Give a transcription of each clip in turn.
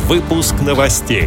Выпуск новостей.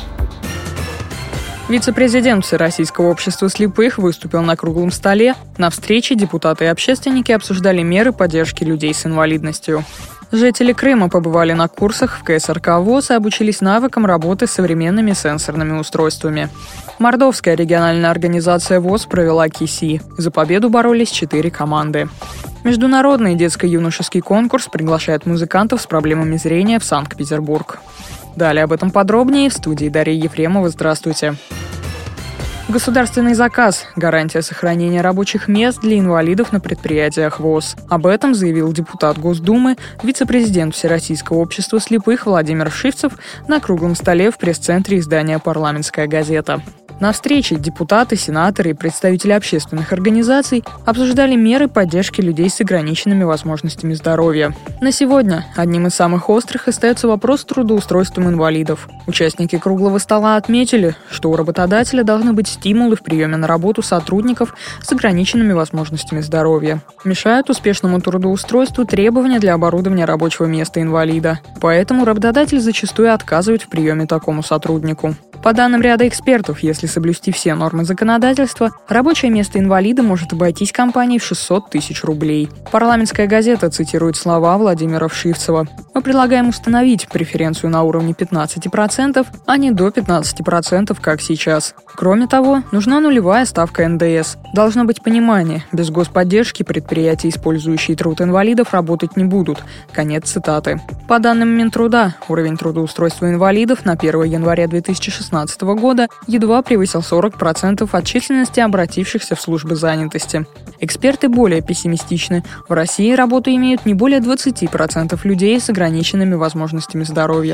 Вице-президент Всероссийского общества слепых выступил на круглом столе. На встрече депутаты и общественники обсуждали меры поддержки людей с инвалидностью. Жители Крыма побывали на курсах в КСРК ВОС и обучились навыкам работы с современными сенсорными устройствами. Мордовская региональная организация ВОС провела КИСИ. За победу боролись 4 команды. Международный детско-юношеский конкурс приглашает музыкантов с проблемами зрения в Санкт-Петербург. Далее об этом подробнее в студии Дарья Ефремова. Здравствуйте. Государственный заказ – гарантия сохранения рабочих мест для инвалидов на предприятиях ВОС. Об этом заявил депутат Госдумы, вице-президент Всероссийского общества слепых Владимир Вшивцев на круглом столе в пресс-центре издания «Парламентская газета». На встрече депутаты, сенаторы и представители общественных организаций обсуждали меры поддержки людей с ограниченными возможностями здоровья. На сегодня одним из самых острых остается вопрос с трудоустройством инвалидов. Участники круглого стола отметили, что у работодателя должны быть стимулы в приеме на работу сотрудников с ограниченными возможностями здоровья. Мешают успешному трудоустройству требования для оборудования рабочего места инвалида. Поэтому работодатель зачастую отказывает в приеме такому сотруднику. По данным ряда экспертов, если соблюсти все нормы законодательства, рабочее место инвалида может обойтись компании в 600 тысяч рублей. Парламентская газета цитирует слова Владимира Вшивцева. «Мы предлагаем установить преференцию на уровне 15%, а не до 15%, как сейчас. Кроме того, нужна нулевая ставка НДС. Должно быть понимание, без господдержки предприятия, использующие труд инвалидов, работать не будут». Конец цитаты. По данным Минтруда, уровень трудоустройства инвалидов на 1 января 2016 года едва превысил 40% от численности обратившихся в службы занятости. Эксперты более пессимистичны. В России работу имеют не более 20% людей с ограниченными возможностями здоровья.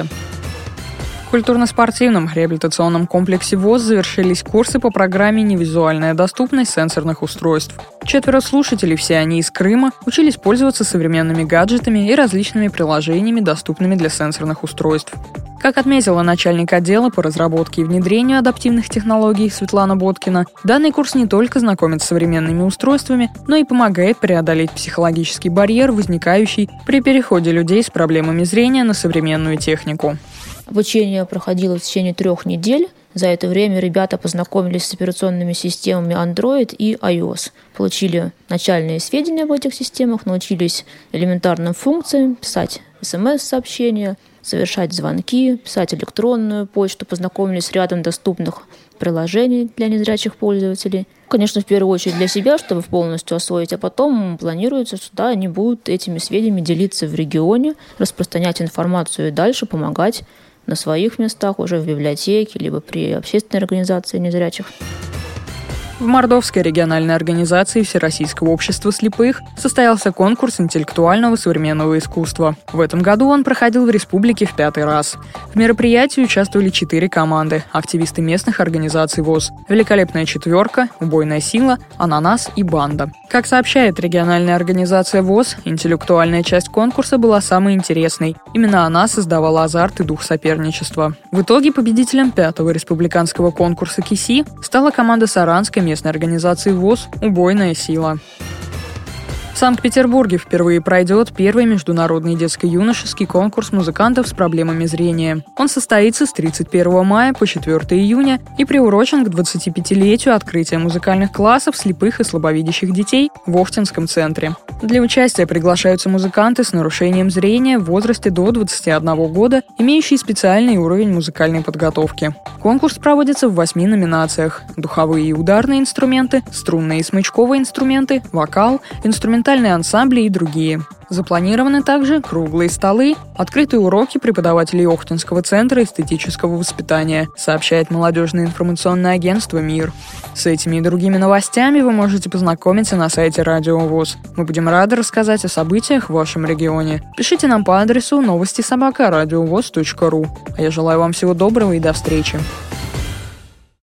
В культурно-спортивном реабилитационном комплексе ВОС завершились курсы по программе «Невизуальная доступность сенсорных устройств». 4 слушателей, все они из Крыма, учились пользоваться современными гаджетами и различными приложениями, доступными для сенсорных устройств. Как отметила начальник отдела по разработке и внедрению адаптивных технологий Светлана Боткина, данный курс не только знакомит с современными устройствами, но и помогает преодолеть психологический барьер, возникающий при переходе людей с проблемами зрения на современную технику. Обучение проходило в течение 3 недель. За это время ребята познакомились с операционными системами Android и iOS. Получили начальные сведения об этих системах, научились элементарным функциям, писать смс-сообщения, совершать звонки, писать электронную почту, познакомились с рядом доступных приложений для незрячих пользователей. Конечно, в первую очередь для себя, чтобы полностью освоить, а потом планируется, что они будут этими сведениями делиться в регионе, распространять информацию и дальше помогать на своих местах, уже в библиотеке, либо при общественной организации незрячих. В Мордовской региональной организации Всероссийского общества слепых состоялся конкурс интеллектуального современного искусства. В этом году он проходил в республике в 5-й раз. В мероприятии участвовали 4 команды – активисты местных организаций ВОС, «Великолепная четверка», «Убойная сила», «Ананас» и «Банда». Как сообщает региональная организация ВОС, интеллектуальная часть конкурса была самой интересной. Именно она создавала азарт и дух соперничества. В итоге победителем 5-го республиканского конкурса КИСИ стала команда Саранской местной организации ВОС «Убойная сила». В Санкт-Петербурге впервые пройдет первый международный детско-юношеский конкурс музыкантов с проблемами зрения. Он состоится с 31 мая по 4 июня и приурочен к 25-летию открытия музыкальных классов слепых и слабовидящих детей в Охтинском центре. Для участия приглашаются музыканты с нарушением зрения в возрасте до 21 года, имеющие специальный уровень музыкальной подготовки. Конкурс проводится в 8 номинациях: духовые и ударные инструменты, струнные и смычковые инструменты, вокал, инструментальные ансамбли и другие. Запланированы также круглые столы, открытые уроки преподавателей Охтинского центра эстетического воспитания, сообщает молодежное информационное агентство «Мир». С этими и другими новостями вы можете познакомиться на сайте Радио ВОС. Мы будем рады рассказать о событиях в вашем регионе. Пишите нам по адресу новости@радиовос.ру. А я желаю вам всего доброго и до встречи.